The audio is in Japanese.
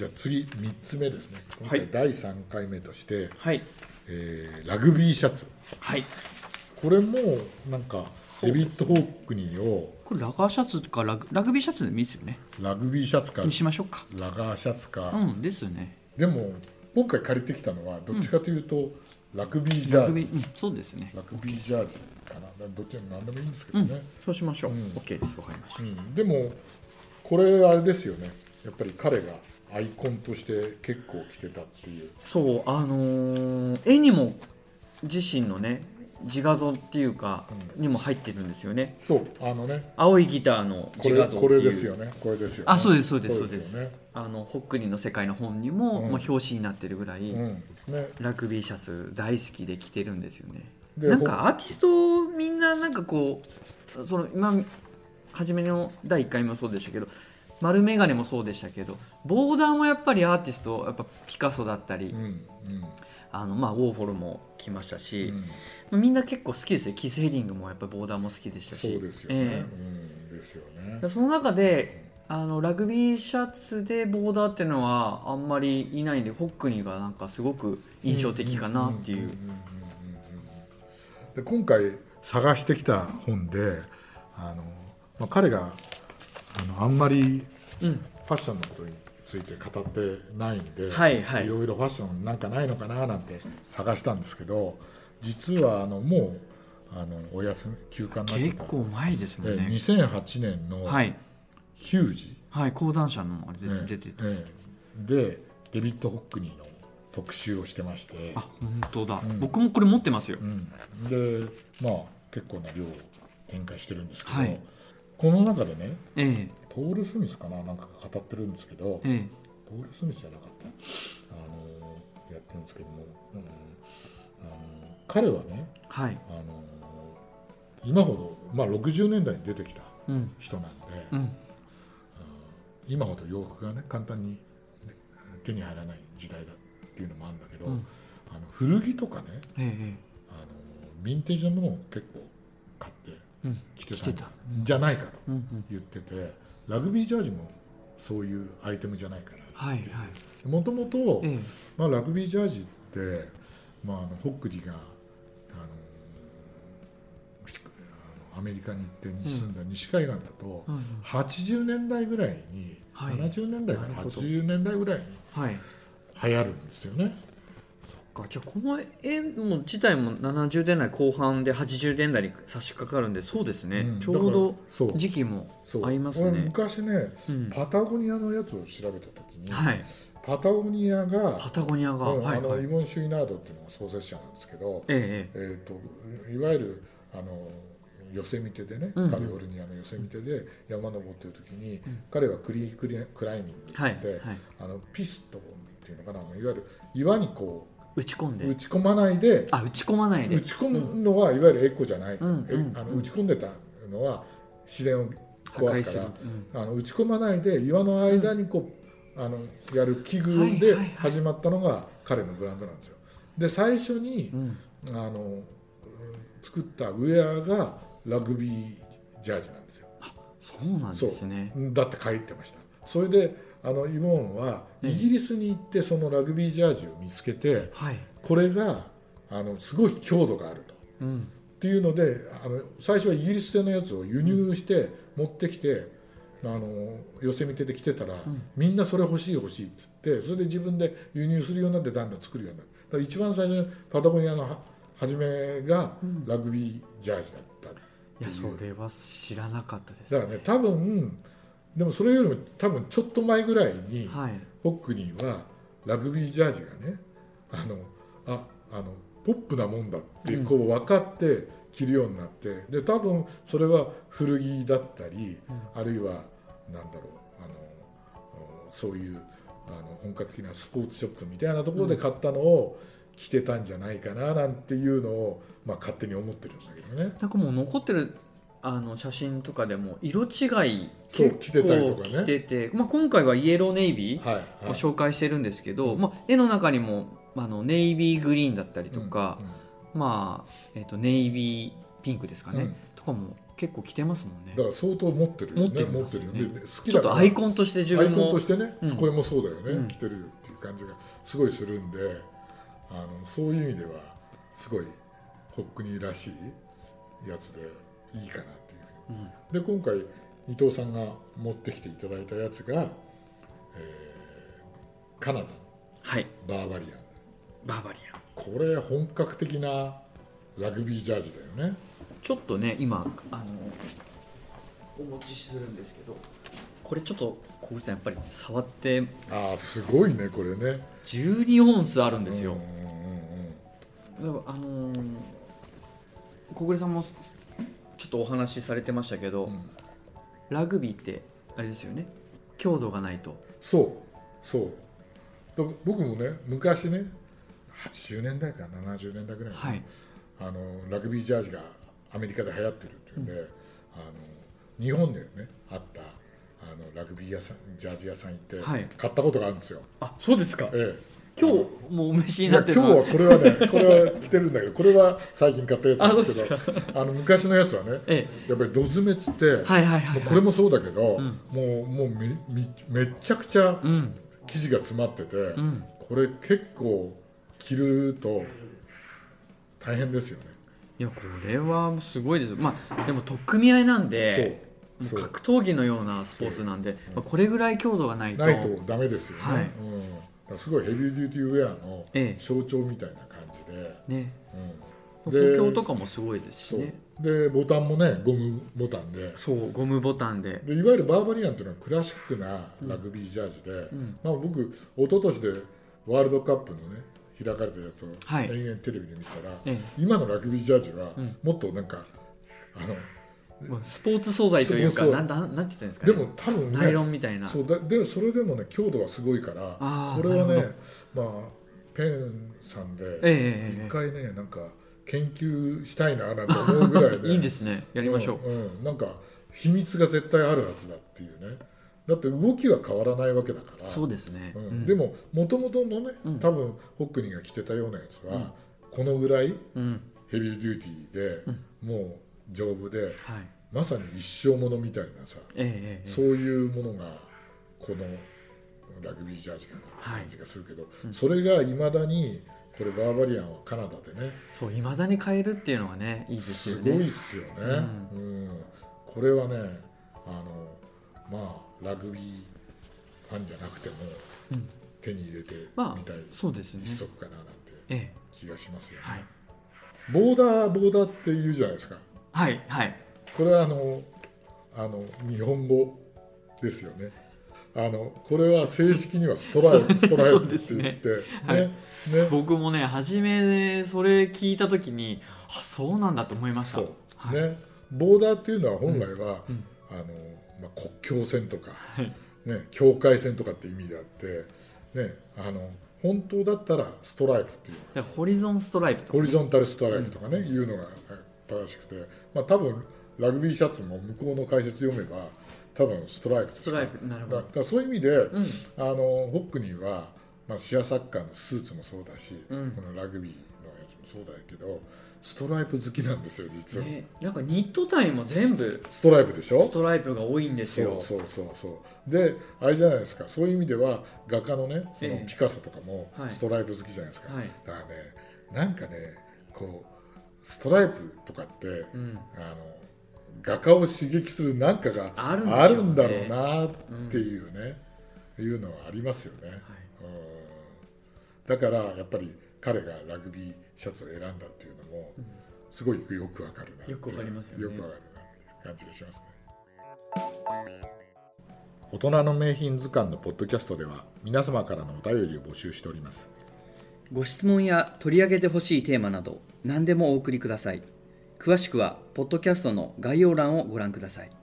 じゃあ次3つ目ですね。今回はい第3回目として、 はい、 ラグビーシャツ。 はい、 これもなんかデビッド・ホークニーをこれラガーシャツかラグビーシャツでもいいですよね。 ラグビーシャツかにしましょうか。 ラガーシャツか、 ですよね。 でも今回借りてきたのはどっちかというと、ラグビージャージ、 そうですね。 ラグビージャージかな、どっちでも何でもいいんですけどね、 そうしましょう。OK です。わかりました。 でもこれあれですよね、やっぱり彼がアイコンとして結構着てたっていう。 そう絵にも自身のね自画像っていうか、にも入ってるんですよね。 そう青いギターの自画像っていう。 これですよね。これですよね。 あ、そうですそうですそうです。 ね、 ホックニーの世界の本にも、表紙になってるぐらい、ラグビーシャツ大好きで着てるんですよね。なんかアーティストみんななんかこう今初めの第1回もそうでしたけど、丸眼鏡もそうでしたけど、ボーダーもやっぱりアーティスト、やっぱピカソだったり、ウォーホルも来ましたし、みんな結構好きですよ。キス・ヘリングもやっぱボーダーも好きでしたし。 そうですよね、ですよね。 その中でラグビーシャツでボーダーっていうのはあんまりいないんで、ホックニーがなんかすごく印象的かなっていう。 で今回探してきた本で彼があんまりファッションのことについて語ってないんで、いろいろファッションなんかないのかななんて探したんですけど、実はもうお休み休館になっちゃった。 結構前ですもんね。 2008年のヒュージ、 講談社のあれです、出てて、 でデビッド・ホックニーの特集をしてまして。 あ、本当だ、僕もこれ持ってますよ。 で結構な量を展開してるんですけど、この中でね、ポール・スミスかな、なんか語ってるんですけど、ポール・スミスじゃなかったやってるんですけども、彼はね、今ほど、60年代に出てきた人なんで、今ほど洋服がね簡単に手に入らない時代だっていうのもあるんだけど、古着とかね、ヴィンテージのものを結構買って着てたんじゃないかと言ってて、ラグビージャージもそういうアイテムじゃないかなっていう。もともとラグビージャージって、ホックニーがアメリカに行って住んだ西海岸だと、80年代ぐらいに、70年代から80年代ぐらいに流行るんですよね。 じゃあこの絵も自体も70年代後半で80年代に差し掛かるんで、そうですね、ちょうど時期も合いますね。 俺昔ね、パタゴニアのやつを調べた時に、パタゴニアがイボン・シュイナードっていうのが創設者なんですけど、いわゆるヨセミテでね、カリフォルニアのヨセミテで山登ってる時に、彼はクライミングって、ピストンっていうのかな、いわゆる岩にこう打ち込まないで、 打ち込むのはいわゆるエコじゃない、打ち込んでたのは自然を壊すから、打ち込まないで岩の間にこう、やる器具で始まったのが彼のブランドなんですよ。で最初に、作ったウェアがラグビージャージなんですよ。 そうなんですね。 だって書いてました。それでイボンはイギリスに行ってそのラグビージャージを見つけて、これがすごい強度があると、っていうので最初はイギリス製のやつを輸入して持ってきて、ヨセミテで着てたら、みんなそれ欲しいっつって、それで自分で輸入するようになってだんだん作るようになる。だから一番最初にパタゴニアの初めがラグビージャージだったっていう。 いや、それは知らなかったですね。 だからね、多分でもそれよりも多分ちょっと前ぐらいに、ホックニーはラグビージャージがね、ポップなもんだってこう分かって着るようになって、で多分それは古着だったり、あるいはなんだろう、そういう本格的なスポーツショップみたいなところで買ったのを着てたんじゃないかななんていうのを、勝手に思ってるんだけどね。 なんかもう残ってる写真とかでも色違い結構着てたりとかね、 着てて、今回はイエローネイビーを紹介してるんですけど、絵の中にもネイビーグリーンだったりとか、ネイビーピンクですかね、とかも結構着てますもんね。 だから相当持ってるよね。持ってるよね。好きだからちょっとアイコンとして自分もアイコンとしてね、これもそうだよね、着てるっていう感じがすごいするんで、そういう意味ではすごいホックニーらしいやつでいいかなっていう、で今回伊藤さんが持ってきていただいたやつが、カナダ、 はい、 バーバリアン。これ本格的なラグビージャージだよね。 ちょっとね今お持ちするんですけど、これちょっと小口さんやっぱり触って、 すごいねこれね。 12オンスあるんですよ。小暮さんもちょっとお話しされてましたけど、ラグビーってあれですよね、強度がないと。 そう僕もね昔ね80年代から70年代ぐらいに、はい、ラグビージャージがアメリカで流行ってるっていうんで、日本でねあったラグビー屋さんジャージ屋さん行って買ったことがあるんですよ。 そうですか。今日もうお召しになってるのは今日はこれはねこれは着てるんだけど、これは最近買ったやつなんですけど、昔のやつはね、やっぱりドズメつって、これもそうだけど、もうめちゃくちゃ生地が詰まってて、これ結構着ると大変ですよね。 いやこれはすごいです。でも取っ組み合いなんで、格闘技のようなスポーツなんで、これぐらい強度がないとダメですよね。すごいヘビーデューティーウェアの象徴みたいな感じで、 補強とかもすごいですしね。 でボタンもねゴムボタンで、 ゴムボタンで、 いわゆるバーバリアンというのはクラシックなラグビージャージで、僕一昨年でワールドカップのね開かれたやつを延々テレビで見てたら、今のラグビージャージはもっとなんかスポーツ素材というか、なんて言ったんですかね。 でも多分ねナイロンみたいな。 でそれでもね強度はすごいから、これはねペンさんで一回ねなんか研究したいななんて思うぐらいねいいんですね、やりましょう。なんか秘密が絶対あるはずだっていうね。だって動きは変わらないわけだから。 そうですね。 でも元々のね多分ホックニーが着てたようなやつはこのぐらいヘビーデューティーでもう丈夫で、まさに一生ものみたいなさ、そういうものがこのラグビージャージかなって感じがするけど、それがいまだにこれバーバリアンはカナダでね、 いまだに買えるっていうのがねいいですよね。 すごいっすよね。これはねラグビーファンじゃなくても手に入れてみたい一足かななんて気がしますよね。ボーダーって言うじゃないですか。これは日本語ですよね。これは正式にはストライプって言って、 僕もね初めそれ聞いた時にそうなんだと思いました。 ボーダーっていうのは本来は、国境線とか、境界線とかって意味であって、本当だったらストライプっていうホリゾンタルストライプとかね、いうのが正しくて、多分ラグビーシャツも向こうの解説読めばただのストライプですから。だからそういう意味で、ホックニーは、シアサッカーのスーツもそうだし、このラグビーのやつもそうだけどストライプ好きなんですよ実は。 なんかニットタイも全部ストライプでしょ。 ストライプが多いんですよ。 そうであれじゃないですか。そういう意味では画家のねそのピカソとかもストライプ好きじゃないですか。だからねなんかねこうストライプとかって、画家を刺激するなんかがあるんだろうなっていうね、いうのはありますよね。だからやっぱり彼がラグビーシャツを選んだっていうのもすごいよくわかるなって、 よくわかりますよね。 よくわかるなっていう感じがしますね。大人の名品図鑑のポッドキャストでは皆様からのお便りを募集しております。 ご質問や取り上げてほしいテーマなど何でもお送りください。詳しくはポッドキャストの概要欄をご覧ください。